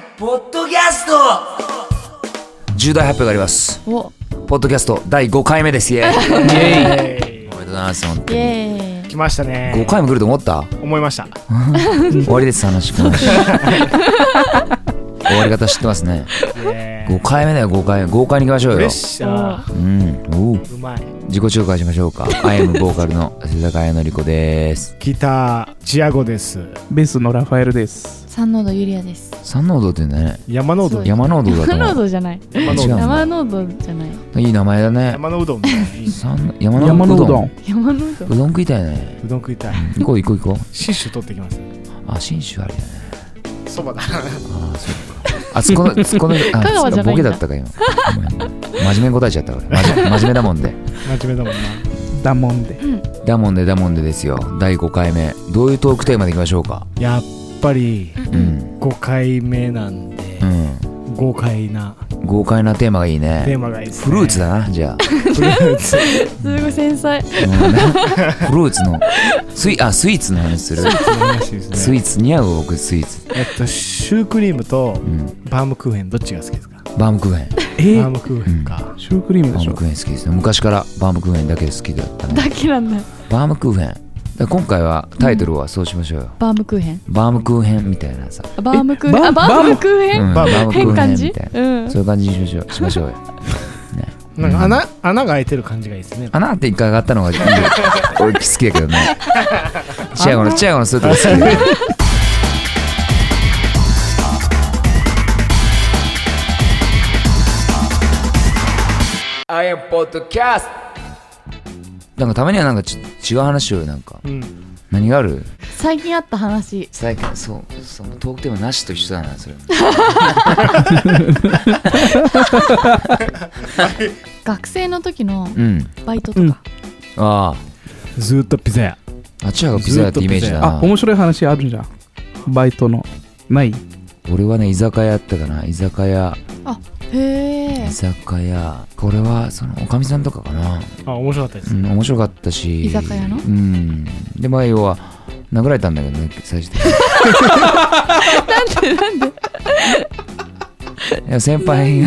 ポッドキャスト重大発表があります。ポッドキャスト第5回目です。イエーイおめでとうございます。本当に来ましたね。 5回も来ると思った？ 思いました。 終わりです。話終わり方知ってますね。5回目だよ。5回に行きましょうよ。 プレッシャー。うまい。 自己紹介しましょうか。アイムボーカルの瀬坂彩典子です。 ギターチアゴです。 ベースのラファエルです。 サンノードユリアです。 サンノードって言うんだね。 山ノード。 山ノードだと思う。 山ノードじゃない。山ノードじゃない。 いい名前だね。 山のうどんみたいな。 山のうどん。 山のうどん。 うどん食いたいね。 うどん食いたい。 行こう。 信州取ってきます。 あ、信州あるよね。 そばだ。 あ、そうか。あ、そこのボケだったか今。真面目に答えちゃった俺。真面目だもんで。 真面目だもんな。 だもんで。 だもんでですよ。第5回目。どういうトークテーマでいきましょうか。 やっぱり5回目なんで、豪快なテーマがいいね。 テーマがいいですね。 フルーツだな。じゃあフルーツすごい繊細。 フルーツのスイーツの話する。スイーツ似合う。僕スイーツシュークリームとバームクーヘンどっちが好きですか？ バームクーヘン。 バームクーヘンか。 シュークリームでしょ。 バームクーヘン好きですね。昔からバームクーヘンだけ好きだったね。 だけなんだ。 バームクーヘン。今回はタイトルはそうしましょうよ。 バームクーヘンみたいなさ。 バームクーヘン変感じみたいな。そういう感じにしましょうよ。 なんか穴が開いてる感じがいいですね。 穴って一回上がったのがいい。俺好きだけどね。チアゴのそういうとこ好きだけど。I am podcast。なんかたまにはなんか違う話をなんか、何がある？ 最近あった話。 最近そのトークテーマなしと一緒だなそれ。 学生の時のバイトとか。 ああ。 ずっとピザ屋。 チアがピザ屋ってイメージだな。 面白い話あるじゃん。バイトのない？ 俺はね居酒屋やったかな。居酒屋。 あ、へえ。 居酒屋。これはそのおかみさんとかかな。 あ、面白かったです。 面白かったし。 居酒屋の？ でまあ要は殴られたんだけどね最終的に。 なんで？ いや先輩に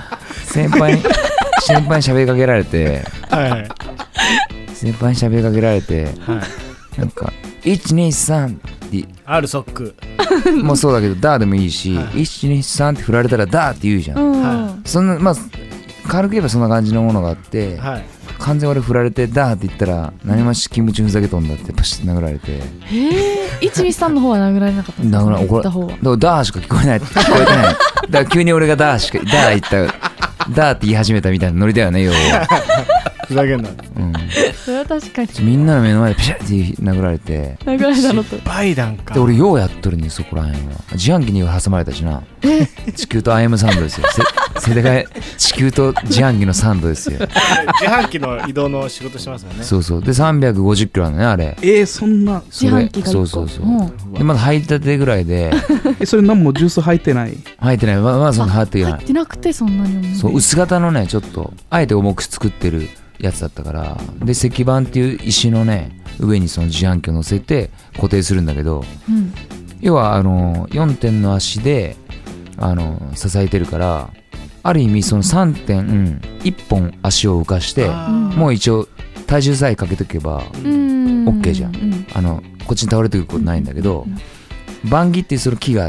喋りかけられて。先輩に喋りかけられて。なんか123って R ソックもうそうだけどダーでもいいし、123って振られたらダーって言うじゃん。そんなまあ軽く言えばそんな感じのものがあって、完全俺振られてダーって言ったら何もしキムチふざけとんだってパシッて殴られて。 123の方は殴られなかったんですか？言った方は。だからダーしか聞こえない。だから急に俺がダー言ったダーって言い始めたみたいなノリだよね要は。 ふざけんな。 それは確かに。 みんなの目の前でピシャッて殴られて。 殴られたのと。 バイダンか。 で俺ようやっとるねそこらへんは。自販機に挟まれたしな。地球とアイムサンドですよ。世界地球と自販機のサンドですよ。 自販機の移動の仕事してますよね。 そうで350キロなのねあれ。 そんな。 自販機が1個。 そうでまだ入りたてぐらいで。 それ何もジュース入ってない？ 入ってない。まだそんな入ってない。 入ってなくてそんなに重い。 そう薄型のねちょっとあえて重く作ってるやつだったから。で石板っていう石のね上にその自販機を乗せて固定するんだけど、要は4点の足で支えてるからある意味その3点、1本足を浮かしてもう一応体重さえかけとけば OK じゃん。こっちに倒れてくることないんだけど、バンギっていうその木があって、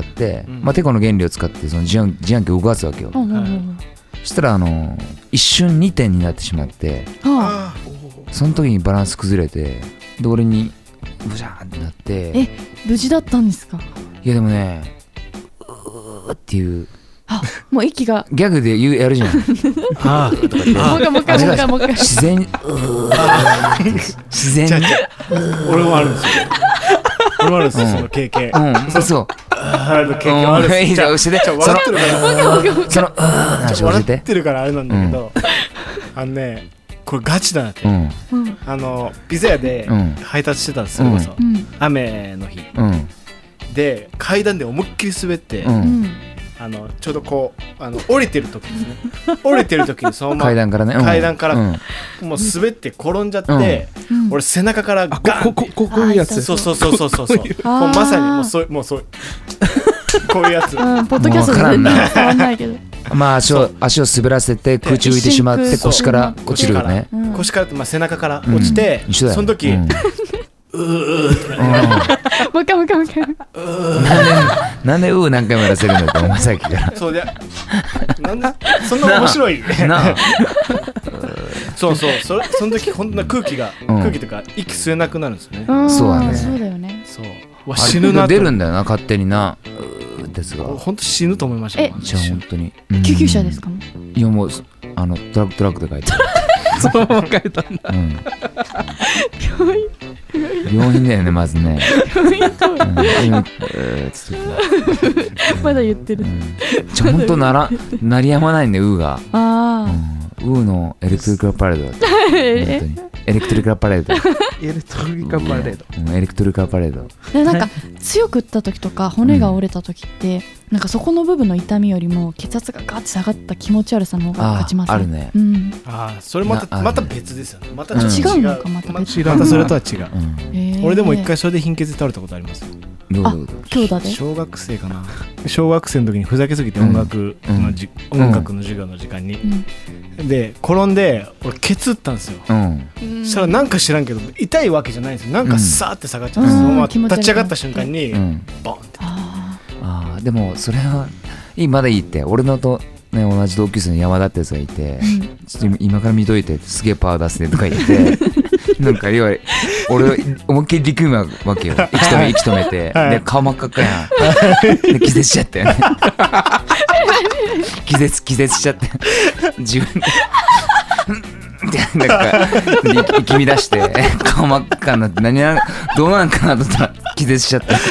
テコの原理を使ってその自販機を動かすわけよ。そしたら一瞬2点になってしまって、その時にバランス崩れて、で俺にブシャーってなって。 無事だったんですか？ いやでもねうーっていうもう息がギャグでやるじゃん。とかってもう一回自然に自然に俺もあるんですよ。俺もあるんですよその経験。 そう経験あるんですよ。 笑ってるからあれなんだけど、これガチだなって。ピザ屋で配達してたんですよ。雨の日で階段で思いっきり滑って、ちょうどこう降りてる時ですね。降りてる時にそのまま階段からもう滑って転んじゃって、俺背中からガンって。 こういうやつ。 そう。もうまさにもうそうこういうやつ、 ポッドキャストで伝わんないけどまあ足を滑らせて空中浮いてしまって腰から落ちるよね。 腰からって背中から落ちて、その時もう一回なんで何回もやらせるんだってお前さっきからそうでなんでそんな面白いそうその時ほんと空気とか息吸えなくなるんですよね。 そうだね。 そうだよね。 そう死ぬな出るんだよな勝手になですが本当死ぬと思いました。 じゃあ本当に救急車ですか？ いやもうトラックで書いてるそのまま書いたんだ。 病院だよねまずね。 まだ言ってる。 本当鳴りやまないねウーが。ウーのエレクトリカルパレードだった。本当にエレクトリカルパレード。 エレクトリカルパレード。 エレクトリカルパレード。 でなんか強く打った時とか骨が折れた時ってなんかそこの部分の痛みよりも血圧がガッて下がった気持ち悪さの方が勝ちますね。 あるね。 それまた別ですよね。また違うのかまた別。 またそれとは違う。俺でも一回それで貧血で倒れたことありますよ。 強打で小学生かな。小学生の時にふざけすぎて音楽の授業の時間にで転んで俺ケツ打ったんですよ。そしたらなんか知らんけど痛いわけじゃないんですよ。なんかさーって下がっちゃってそのまま立ち上がった瞬間にボンって。 でもそれはまだいいって。俺のとね同じ同級生の山田ってやつがいてちょっと今から見といてすげえパワー出すねとか言ってなんか俺思いっきり力むわけよ。息止めてで顔真っ赤っかやんで気絶しちゃったよね。気絶しちゃって自分でなんか息乱して顔真っ赤になってどうなんかなと思ったら気絶しちゃって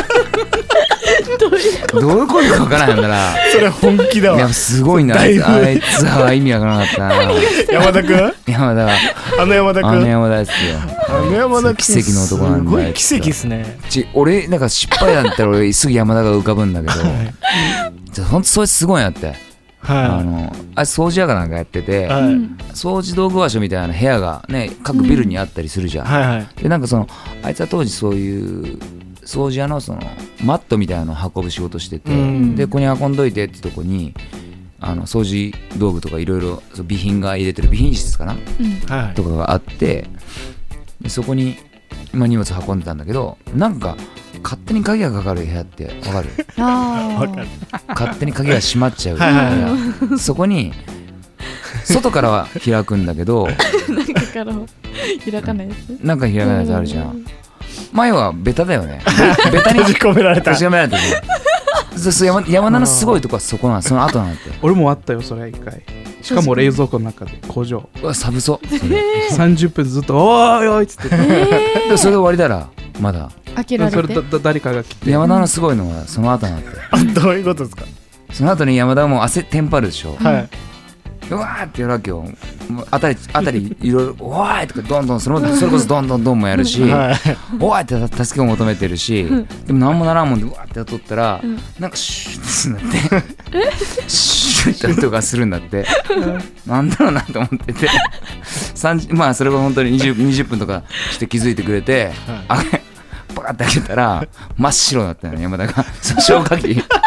どういうことか分からんやんだらそれ本気だわ。 いやすごいなあいつは意味わからなかったな。 山田君山田山田君山田ですよ。 山田君奇跡の男なんだ。 すごい奇跡っすね。 俺なんか失敗だったら俺すぐ山田が浮かぶんだけどほんとそれすごいなって。あれ掃除屋かなんかやってて掃除道具場所みたいな部屋がね各ビルにあったりするじゃん。でなんかあいつは当時そういう掃除屋のマットみたいなのを運ぶ仕事しててでここに運んどいてってとこに掃除道具とかいろいろ備品が入れてる備品室かなとかがあってでそこに荷物運んでたんだけどなんか勝手に鍵がかかる部屋って分かる？勝手に鍵が閉まっちゃう部屋そこに外からは開くんだけど中からは開かないやつなんか開かないやつあるじゃん。前はベタだよね。ベタに閉じ込められた。 山田のすごいとこはそこなんその後なんて。 俺もあったよそれ一回。しかも冷蔵庫の中で工場。 うわ寒そう。 30分ずっとおーいおいっつって。 それで終わりだらまだ。 開けられて。 それ誰かが来て。 山田のすごいのはその後なんて。 どういうことですか？ その後に山田はもうテンパるでしょ。うわーってやるわけよ。あたりいろいろおーいとかどんどんそれこそどんどんもやるし、おーいって助けを求めてるし、でも何もならんもんでうわーってやっとったら、なんかシューってするんだって、シューって音がするんだって、なんだろうなと思ってて、まあそれが本当に20分とかして気づいてくれて、バカって開けたら真っ白だったよね山田が消火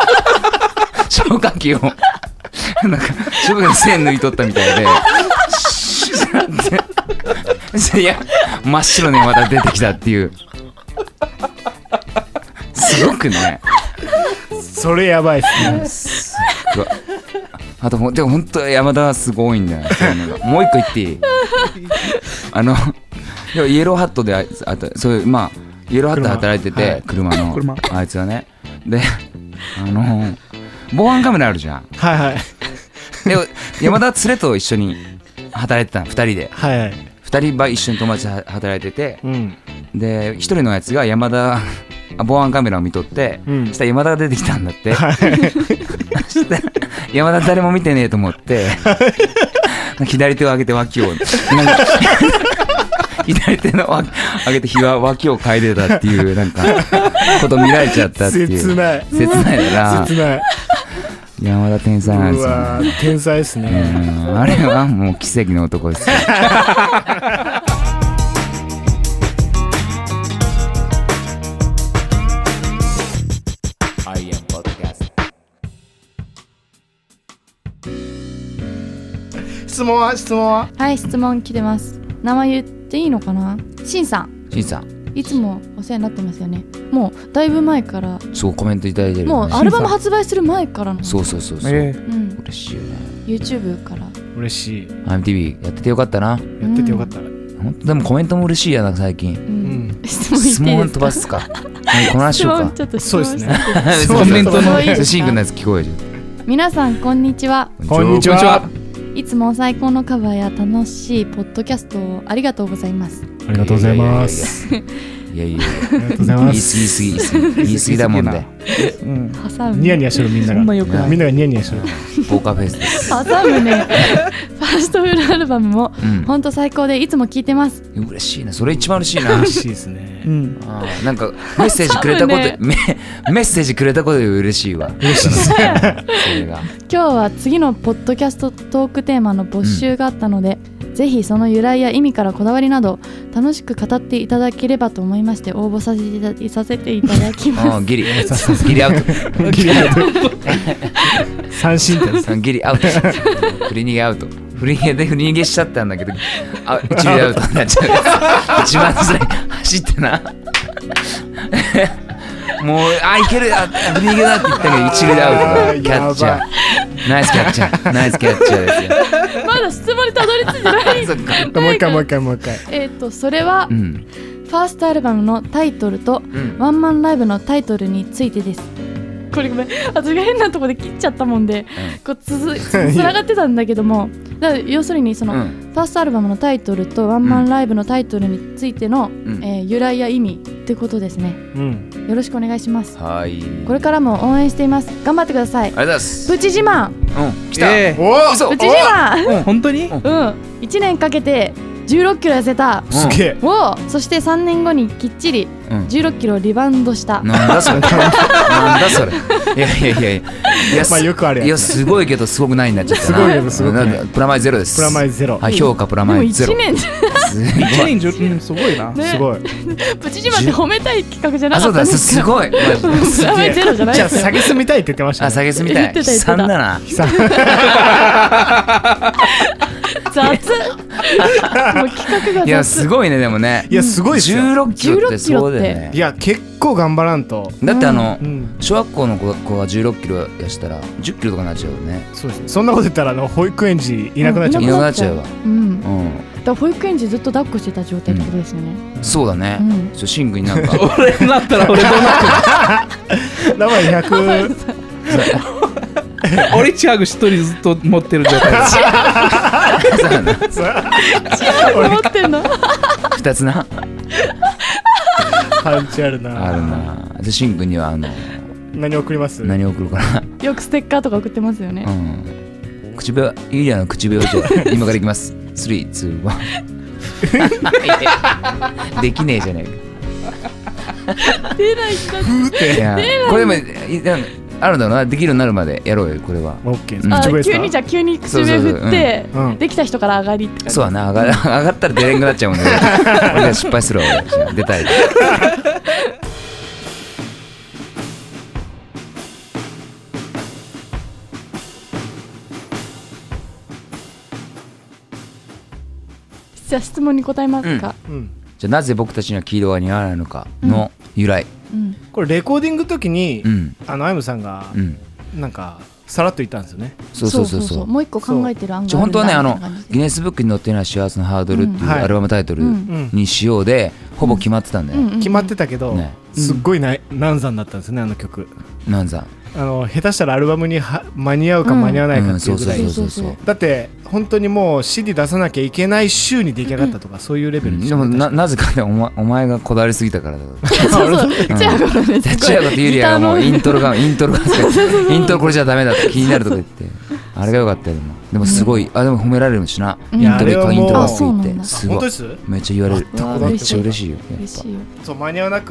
器を。なんか消火器の線抜いとったみたいでシュッていや真っ白にまた出てきたっていうすごくねそれやばいっすね。 あとでも本当山田はすごいんだよ。もう一個言っていい？イエローハットであとそういうまあイエローハットで働いてて車のあいつはねで防犯カメラあるじゃん。で山田は連れと一緒に働いてたの2人で、2人一緒に友達で働いてて、で1人のやつが山田防犯カメラを見とって、そしたら山田が出てきたんだって、そしたら山田誰も見てねえと思って左手を上げて脇を左手の上げて脇を嗅いでたっていうなんかこと見られちゃったっていう切ないだな。山田天才なんですよ、ね。 うわ天才ですね。 あれはもう奇跡の男ですよ。I am ポッドキャスト。 質問ははい、質問来てます。名前言っていいのかな。しんさんいつもお世話になってますよね。もうだいぶ前から。 そうコメントいただいてる、ね、 もうアルバム発売する前からの。 そう、うん、嬉しいよね。 YouTube から嬉しい。 IMTV やっててよかったな。 やっててよかった、 本当でもコメントも嬉しいやな最近、質問飛ばすかこの話しようか。 そうですねコメントのシンクのやつ聞こえる。 皆さんこんにちは。 こんにちは。 いつも最高のカバーや楽しいポッドキャストをありがとうございます。 ありがとうございます。 いやありがとうございます。 言い過ぎだもんで。 ニヤニヤしてるみんなが。みんながニヤニヤしてる。 ポーカーフェイスです。 挟むね。ファーストフルアルバムも本当最高でいつも聴いてます。 嬉しいな。それ一番嬉しいな。 嬉しいですね。 なんかメッセージくれたことメッセージくれたことで嬉しいわ。 嬉しいですね。 それが。今日は次のポッドキャストトークテーマの募集があったので。ぜひその由来や意味からこだわりなど楽しく語っていただければと思いまして応募させていただきます。 ギリアウト。 三振点。 ギリアウト。振り逃げアウト。振り逃げしちゃったんだけど一塁アウトになっちゃう。一番辛い。走ってな。もういける振り逃げだって言ったけど一塁でアウトだ。キャッチャー。ナイスキャッチャーですよ。 まだ質問にたどり着いてない。 もう一回。 それは、ファーストアルバムのタイトルと、ワンマンライブのタイトルについてです。これごめん、私が変なところで切っちゃったもんで、こうつながってたんだけども、だから要するにその、ファーストアルバムのタイトルとワンマンライブのタイトルについての、由来や意味ってことですね。よろしくお願いします。 はい。 これからも応援しています。頑張ってください。 ありがとうございます。 プチ自慢。 来た。 プチ自慢。 本当に 1年かけて16キロ痩せた。 すげえ。 そして3年後にきっちり16キロリバウンドした。 なんだそれ。いやまあよくあるやつ。 いやすごいけどすごくないになっちゃった。 すごいけどすごくない。 プラマイゼロです。 プラマイゼロ。 はい、評価プラマイゼロ。 1年すごいな。 すごい。 プチ自慢って褒めたい企画じゃなかったんですか。 すごい。 プラマイゼロじゃないですよ。 じゃあ下げすみたいって言ってました。 下げすみたい。3だな。 雑。もう企画が雑。 いやすごいねでもね。 いやすごいですよ。 16キロってそうだよね。 いや結構頑張らんと。 だって小学校の子が16キロ痩せたら10キロとかになっちゃうよね。 そうですね。そんなこと言ったら保育園児いなくなっちゃう。 いなくなっちゃうわ。 だから保育園児ずっと抱っこしてた状態ってことですよね。 そうだね。シンクになんか俺になったら俺どうなってる。 名前100。 俺チアグ一人ずっと持ってる状態です。 チアグ持ってんの 2つな。 パンチあるな。 じゃあシンクには何送ります？ 何送るかな。 よくステッカーとか送ってますよね。 口笛いいじゃん。口笛を今からいきます。3、2、1。できねえじゃないか。 出ないんだって。 いやこれもあるだろうな。できるようになるまでやろうよこれは。 オッケー。 急に口笛振ってできた人から上がりって感じ。 そうだな。上がったら出れんくなっちゃうもんね。俺が失敗するわ。出たい。 じゃあ質問に答えますか。 じゃあなぜ僕たちには黄色が似合わないのかの由来。 これレコーディングの時にアイムさんがなんかさらっと言ったんですよね。 そうもう一個考えてる案があるんだ。 本当はねギネスブックに載ってない幸せのハードルっていうアルバムタイトルにしようでほぼ決まってたんだよ。 決まってたけどすっごい難産だったんですね。あの曲難産。 下手したらアルバムに間に合うか間に合わないかっていうぐらい。だって本当にもう CD 出さなきゃいけない週に出来上がったとかそういうレベルでもなぜかねお前がこだわりすぎたからだ。 チアゴとユリアがもうイントロこれじゃダメだって気になるとか言ってあれが良かったよ。でもすごいでも褒められるしな。イントロがついてすごいめっちゃ言われる。めっちゃ嬉しいよ。 そう間に合わなく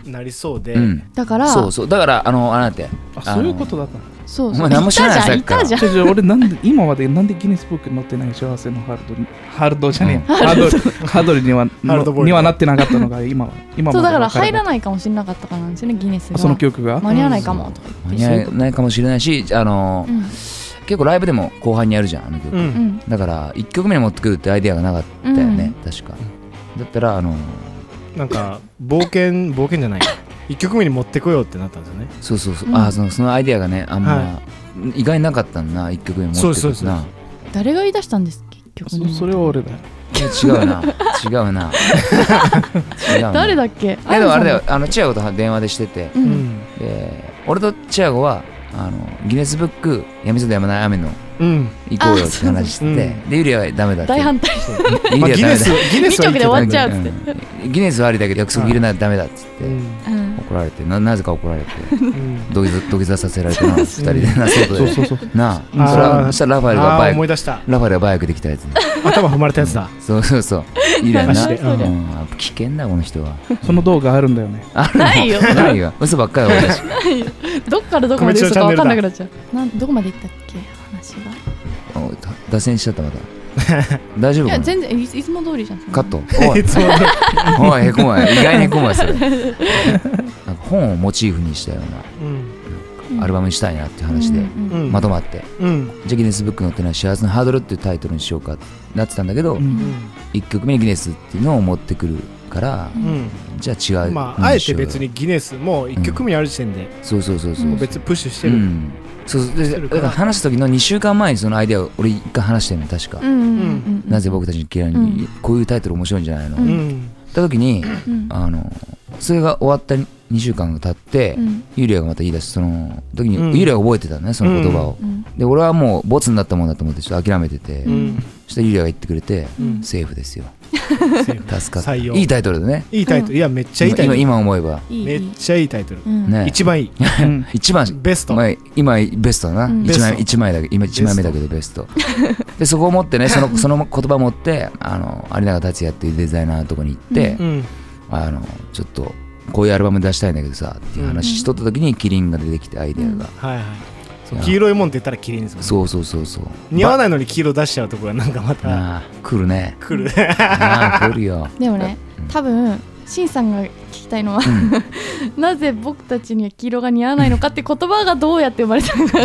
なりそうで、 だからそうだからあなんてそういうことだったの。 そうお前何も知らないさっきから。 俺今までなんでギネスブックに載ってない幸せのハードじゃねえ、ハードルにはなってなかったのが今そうだから入らないかもしれなかったからなんですよね、ギネスが。 その記憶が間に合わないかもとか間に合わないかもしれないし、結構ライブでも後半にやるじゃんあの曲、だから1曲目に持ってくるってアイデアがなかったよね、確か。だったらなんか冒険じゃない1曲目に持ってこようってなったんですよね。 そうそのアイデアがねあんま意外になかったんだな、1曲目に持ってくるな。 誰が言い出したんです結局。 それは俺だよ。 違うな誰だっけ。 でもあれだよ、チアゴと電話でしてて、で俺とチアゴはギネスブックやみそうでやまない雨の行こうよって話してて、でユリアはダメだって、 大反対。 ギネス 2曲で終わっちゃうっつって、 ギネスはありだけど約束切れないとダメだっつって怒られて、なぜか怒られて土下座させられてな、2人でな、外でなあ。そしたらラファエルがバイクで来たやつ、 頭踏まれたやつだ。 そうユリアな、危険だこの人は。 その動画あるんだよね。 ないよ嘘ばっかりだ俺たち。 どっからどこまで嘘か分かんなくなっちゃう。どこまで行ったっけ話が。 脱線しちゃったまた。大丈夫かな。 いや全然いつも通りじゃん。 カット。おいへこまい、意外にへこまいそれ。なんか本をモチーフにしたようなアルバムにしたいなっていう話でまとまって、じゃあギネスブックに載ってない幸せのハードルっていうタイトルにしようかってなってたんだけど、1曲目にギネスっていうのを持ってくるから、じゃあ違う、 あえて別にギネスも1曲目にある時点でそう別にプッシュしてる。 だから話す時の2週間前にそのアイデアを俺1回話してるの確か。なぜ僕たちに嫌いにこういうタイトル面白いんじゃないのった時に、それが終わった2週間が経って、ユリアがまた言い出して、その時にユリアが覚えてたねその言葉を。で俺はもうボツになったもんだと思ってちょっと諦めてて、そしたらユリアが言ってくれて、セーフですよ。助かった。いいタイトルだね。 いいタイトル。いやめっちゃいいタイトル。 今思えばめっちゃいいタイトル。一番いい。 一番ベスト。 今ベストだな。1枚だけ今1枚目だけどベスト。でそこを持ってね、その言葉を持って有永達也っていうデザイナーのとこに行って、ちょっとこういうアルバム出したいんだけどさっていう話しとった時にキリンが出てきて、アイデアが。 黄色いもんって言ったらキリンですもんね。そう似合わないのに黄色出しちゃうところがなんかまた来るね。 来るよ。でもね、多分シンさんが聞きたいのはなぜ僕たちには黄色が似合わないのかって言葉がどうやって生まれたのか。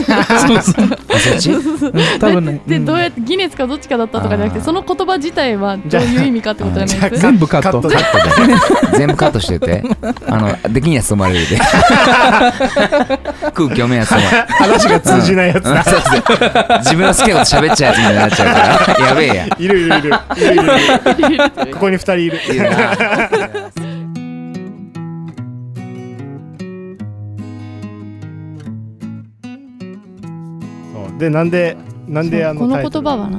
多分ね。でどうやってギネスかどっちかだったとかじゃなくて、その言葉自体はどういう意味かってことじゃないですか。 全部カット。 全部カットしてて、できんやつ止まれるで。空気読めんやつ止まる。 話が通じないやつだ。 自分の好きなこと喋っちゃうやつみたいになっちゃうから、やべえや。 いる。ここに2人いる。でなんでこの言葉は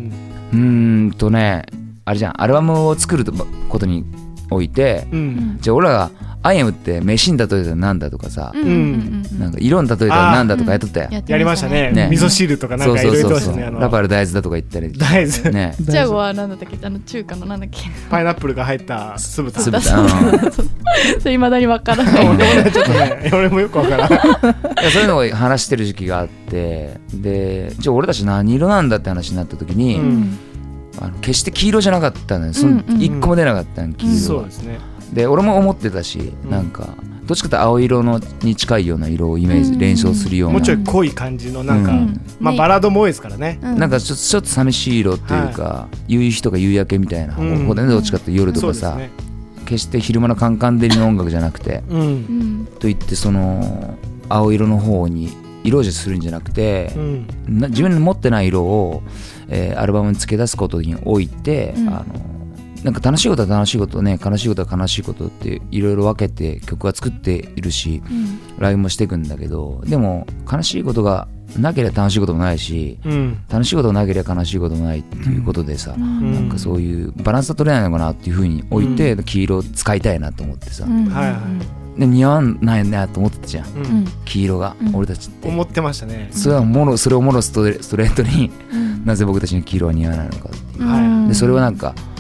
あれじゃん、アルバムを作ることにおいて、じゃあ俺らがアイエムって飯に例えたらなんだとかさ、なんか色に例えたらなんだとかやっとったよ。 やりましたね。味噌汁とかなんかいろいろですね。 ラパル大豆だとか言ったり。 大豆ね。 ジャゴはなんだったっけ、中華のなんだっけ。 パイナップルが入った酢豚。 それ未だに分からない。 ちょっとね、俺もよく分からない。 そういうのを話してる時期があって、でじゃあ俺たち何色なんだって話になった時に、決して黄色じゃなかったのよ。一個も出なかったの黄色は。 そうですね。 で俺も思ってたし、なんかどっちかというと青色に近いような色をイメージ連想するような、 もうちょい濃い感じのなんか、バラードも多いですからね。 なんかちょっと寂しい色っていうか、夕日とか夕焼けみたいな方法でね、どっちかというと夜とかさ、決して昼間のカンカン照りの音楽じゃなくて、といってその青色の方に色じするんじゃなくて、自分の持ってない色を、アルバムに付け出すことにおいて、なんか楽しいことは楽しいことね、悲しいことは悲しいことっていろいろ分けて曲は作っているし、ライブもしていくんだけど、でも悲しいことがなければ楽しいこともないし、楽しいことがなければ悲しいこともないっていうことでさ、なんかそういうバランスが取れないのかなっていうふうに置いて、黄色を使いたいなと思ってさ、で似合わないなと思ってたじゃん、黄色が、俺たちって思ってましたね。 それをもろストレートに、なぜ僕たちに黄色は似合わないのかっていう、でそれはなんか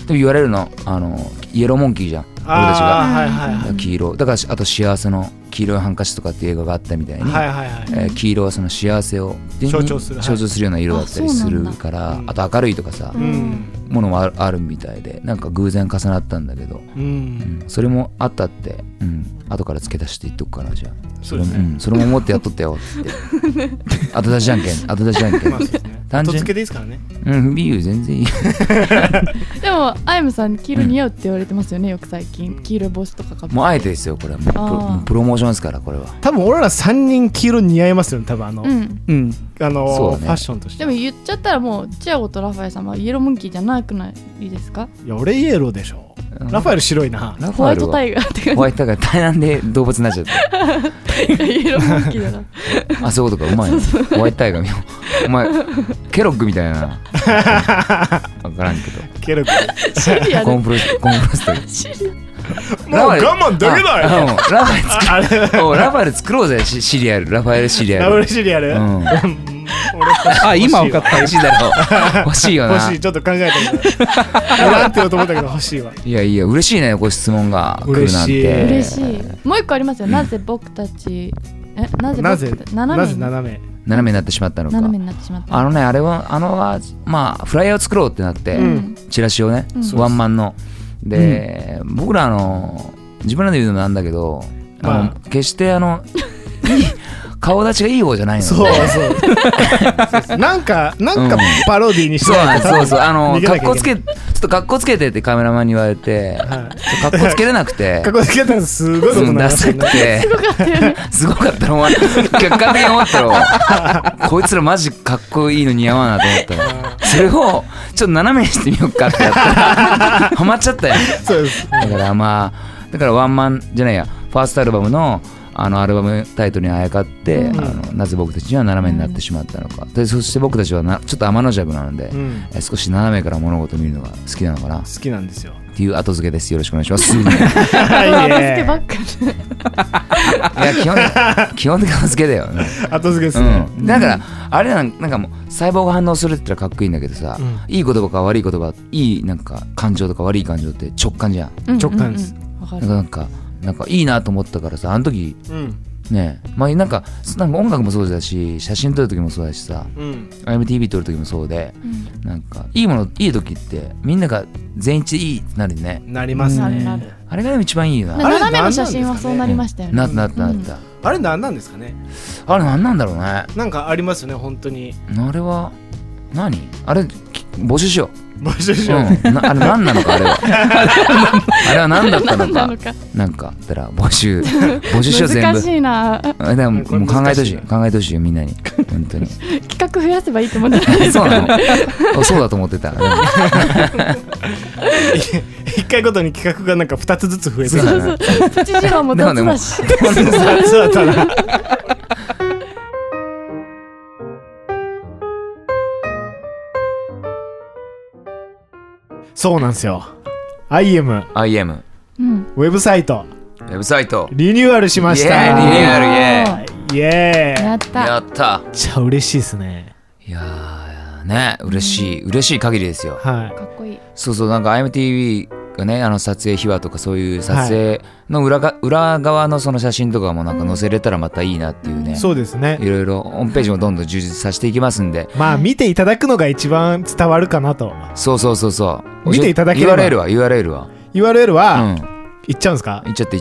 でも言われるのイエローモンキーじゃん俺たちが、 はいはいはい、 黄色だからあと幸せの黄色いハンカチとかっていう映画があったみたいに、はいはいはい黄色はその幸せを象徴するような色だったりするから、あと明るいとかさ、ものもあるみたいでなんか偶然重なったんだけど、それもあったって、後から付け足して言っとくかなじゃあそれも思ってやっとったよって後出しじゃんけん後出しじゃんけん後付けでいいですからね。 いいよ全然いいでもアイムさん黄色似合うって言われてますよねよく最近黄色い帽子とかかもうあえてですよこれはもうプロモーションですからこれは多分俺ら3人黄色似合いますよね多分ファッションとして。 でも言っちゃったらもうチアゴとラファエルさんはイエローモンキーじゃなくないですか？ いや俺イエローでしょ。ラファエル白いな。 ホワイトタイガーってホワイトタイガー大難で動物になっちゃったイエローモンキーだなあそういうことかうまいなホワイトタイガー見ようお前ケロッグみたいな分からんけどケロッグシリアルコーンプロストシリアルもう我慢できないラファエル作ろうぜシリアルラファエルシリアルラファエルシリアル、 今分かった欲しいだろ欲しいよな欲しいちょっと考えてみたなんて言おうと思ったけど欲しいわ。 いやいや嬉しいねご質問が来るなんて嬉しい。もう一個ありますよ、なぜ僕たちなぜ斜めになってしまったのか。 斜めになってしまったあれはまあフライヤーを作ろうってなって、チラシをね、ワンマンので、僕ら自分らで言うのもなんだけど、決して顔立ちがいい方じゃないので。 そうなんかパロディにしてそう格好つけちょっと格好つけてってカメラマンに言われて、格好つけれなくて格好つけたらすごいことになダサくてすごかったの客観的に思ったらこいつらマジかっこいいの似合わなと思ったらそれをちょっと斜めにしてみようかってやったらハマっちゃったよ。 そうですだからワンマンじゃないやファーストアルバムのアルバムタイトルにあやかって、なぜ僕たちは斜めになってしまったのか、でそして僕たちはちょっと天の弱なので、少し斜めから物事を見るのが好きなのかな。 好きなんですよっていう後付けです。よろしくお願いします後付けばっかりいや基本的に後付けだよね。 後付けですね、 だからあれなんかもう細胞が反応するって言ったらかっこいいんだけどさ、いい言葉か悪い言葉いいなんか感情とか悪い感情って直感じゃん。 直感です、 なんかいいなと思ったからさあの時、ねえなんか音楽もそうだし写真撮る時もそうだしさ、IMTV 撮る時もそうで、なんかいいものいい時ってみんなが全員いいってなるね。 なりますね。 あれが一番いいよな。 斜めの写真はそうなりましたよね。 なった。 あれ何なんですかね。 あれ何なんだろうね。 なんかありますよね本当に。 あれは何あれ募集しよう。 あれ何なのかあれはあれは何だったのかなんかだから募集しよう全部。 難しいな。 でももう考えてほしいよみんなに本当に企画増やせばいいと思ってた。 そうなのそうだと思ってた一回ごとに企画がなんか2つずつ増えてる。プチジローも雑だしそうだったなそうなんですよ。IM、ウェブサイトリニューアルしました。 リニューアルイエーイやっためっちゃ嬉しいですね。 いやーね嬉しい限りですよ。 かっこいい。 そうなんか IMTV がね撮影秘話とかそういう撮影の裏側のその写真とかもなんか載せれたらまたいいなっていうね。 そうですね。 いろいろホームページもどんどん充実させていきますんで、 まあ見ていただくのが一番伝わるかなと。 そう見ていただければ。 URL は言っちゃうんですか。 言っちゃって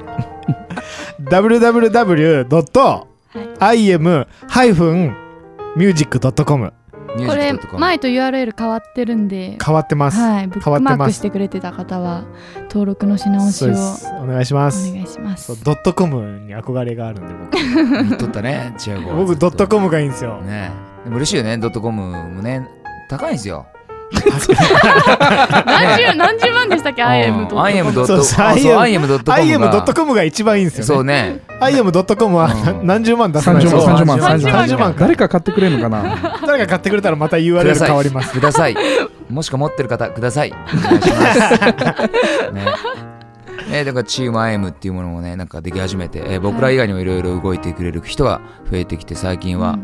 www.im-music.com。 これ前と URL 変わってるんで。 変わってます。 ブックマークしてくれてた方は登録のし直しをお願いします。ドットコムに憧れがあるんで僕言っとったね。 僕ドットコムがいいんですよね。でも嬉しいよね。ドットコムもね高いんですよ。 何十万でしたっけ。 IM.com が一番いいんですよね。 そうね。 IM.com は何十万出さないと。 30万誰か買ってくれるのかな。 誰か買ってくれたらまた URL 変わります。 ください。もしくは持ってる方ください。お願いしますね。だからチーム IM っていうものもねなんかでき始めて、僕ら以外にもいろいろ動いてくれる人が増えてきて、最近は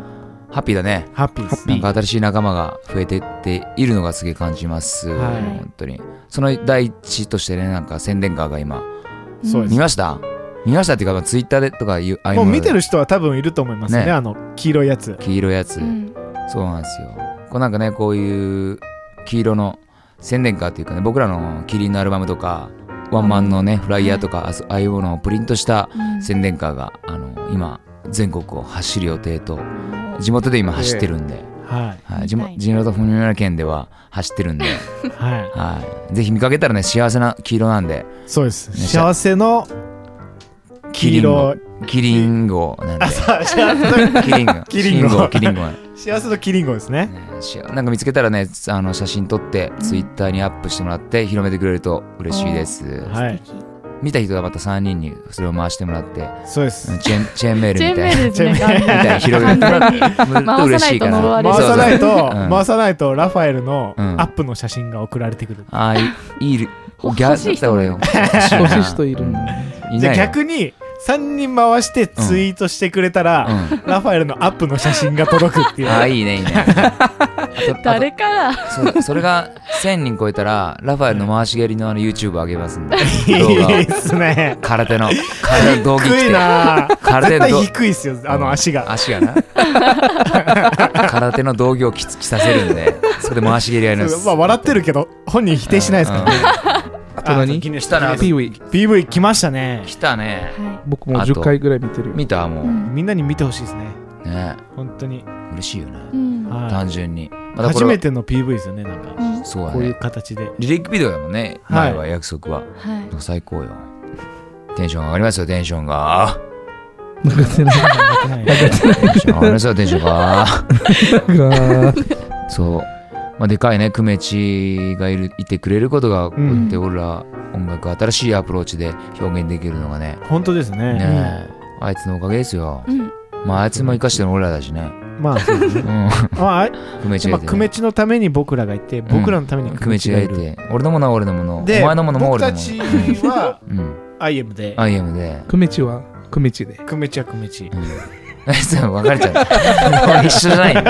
ハッピーだね。 ハッピーです。 なんか新しい仲間が増えてっているのがすげえ感じます、本当に。その第一としてね、なんか宣伝カーが今、 そうです。 見ましたっていうか、ツイッターでとかいう、 もう見てる人は多分いると思いますね、黄色いやつ。 黄色いやつ、そうなんですよ。こうなんかね、こういう黄色の宣伝カーっていうかね、僕らのキリンのアルバムとかワンマンのねフライヤーとか、ああいうものをプリントした宣伝カーが今全国を走る予定と、地元で今走ってるんで、地元フミヤ県では走ってるんで、ぜひ見かけたらね、幸せな黄色なんで。 そうです、幸せの黄色キリン号なんで。キリン号幸せのキリン号ですね。 なんか見つけたらね、写真撮ってツイッターにアップしてもらって広めてくれると嬉しいです。見た人がまた3人にそれを回してもらって、 そうです、 チェーンメールみたいな、 チェーンメールみたいな広げてもらって嬉しいから。 回さないとラファエルのアップの写真が送られてくる。 ああ、いいギャーだった俺よ。 欲しい人いるんだ。 じゃあ逆に3人回してツイートしてくれたら、ラファエルのアップの写真が届くっていう。 ああ、いいねいいね。 誰からそれが1000人超えたらラファエルの回し蹴りのYouTube 上げますんで。 いいっすね。 空手の道着着て。 低いな。絶対低いっすよ、足がな。 空手の道着を着させるんで、それで回し蹴りやります。 笑ってるけど本人否定しないですからね。 あと何？ 来たな。 PV 来ましたね。 来たね。 僕も10回ぐらい見てるよ。 見た？もうみんなに見てほしいですね。 ね、 本当に嬉しいよね、単純に。 初めての PV ですよね、なんかそうだね、 こういう形でリリックビデオだもんね、前は約束は。最高よ。テンション上がりますよ、テンションが。 上がってない。 テンション上がりますよ、テンションが。そう、でかいね、久米地がいてくれることが、こうやって俺ら音楽新しいアプローチで表現できるのがね、 本当ですね。 あいつのおかげですよ。あいつも生かしてるの俺らだしね。 そうですね。久米地のために僕らがいて、僕らのために久米地がいて、俺のものは俺のもの、お前のものも俺のもの。 僕たちはIM で、 久米地は久米地で、 久米地は久米地。 分かれちゃう。一緒じゃないよ。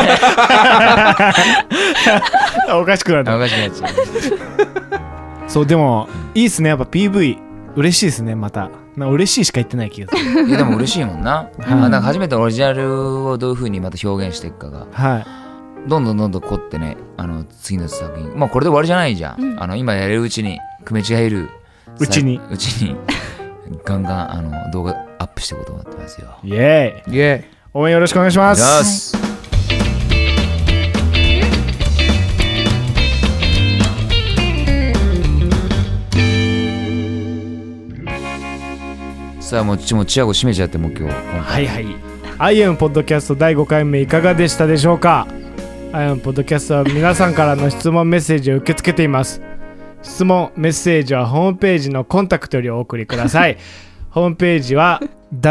おかしくなっちゃう。そう、でもいいっすね、やっぱ PV 嬉しいですね。また嬉しいしか言ってない気がする。 いやでも嬉しいもんな。なんか初めてオリジナルをどういう風にまた表現していくかが、どんどん凝ってね、次の作品、これで終わりじゃないじゃん。今やれるうちに、久米地がいるうちにガンガン動画アップしていこうと思ってますよ。 イエーイ、イエーイ。応援よろしくお願いします。 さあ、もうチアゴ閉めちゃって、もう今日。 はいはい。IM ポッドキャスト第5回目いかがでしたでしょうか。IM ポッドキャストは皆さんからの質問メッセージを受け付けています。質問メッセージはホームページのコンタクトよりお送りください。ホームページは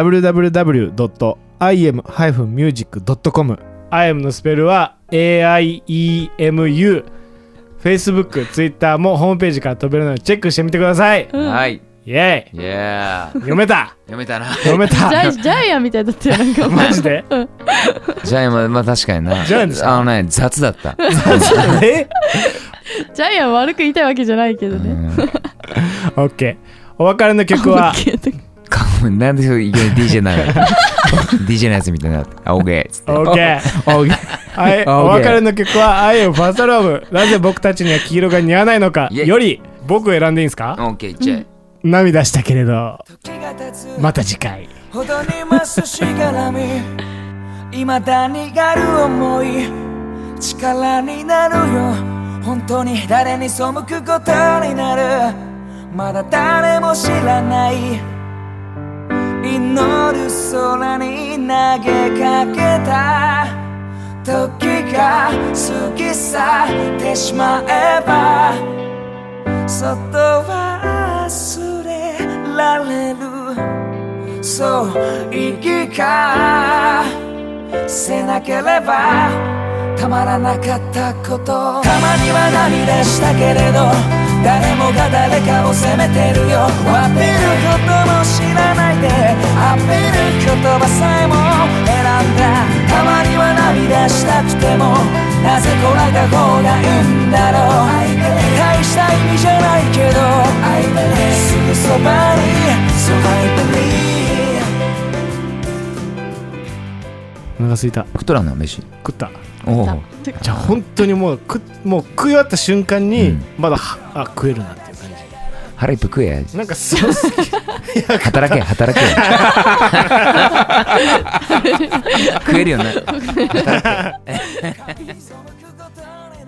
www.im-music.com。 IM のスペルは AIEMU。 Facebook、Twitter もホームページから飛べるのでチェックしてみてください。 はい、 イエーイ。読めたな。読めた。 ジャイアンみたいだったよ、なんか。 マジで。 ジャイアン、確かにな。 ジャイアンですか。 雑だった。 ジャイアン悪く言いたいわけじゃないけどね。 オッケー。お別れの曲はなんでいきなり DJ なの。DJ のやつみたいな。オッケー。 オッケー。はい、お別れの曲は IM ファーストラブ、なぜ僕たちには黄色が似合わないのかより、僕選んでいいんですか。 オッケー、じゃあ涙したけれどまた次回。 ほどにますしがらみ、未だにがる思い、力になるよ。本当に誰に背くことになる。まだ誰も知らない祈る空に投げかけた時が過ぎ去ってしまえば、そっと忘れられる。そう息がせなければたまらなかったこと。たまには涙したけれど、誰もが誰かを責めてるよ。詫びることも知らないで、浴びる言葉さえも選んだ。たまには涙た方がいいんだろう。大した意味じゃないけどすぐそばに So I believe。 お腹すいた。 食っとらんな飯。 食った。 おお。 じゃあ本当にもう食い終わった瞬間にまだ食えるなっていう感じ。 腹いっぱい食えや。 なんかすごい働け働け食えるよな。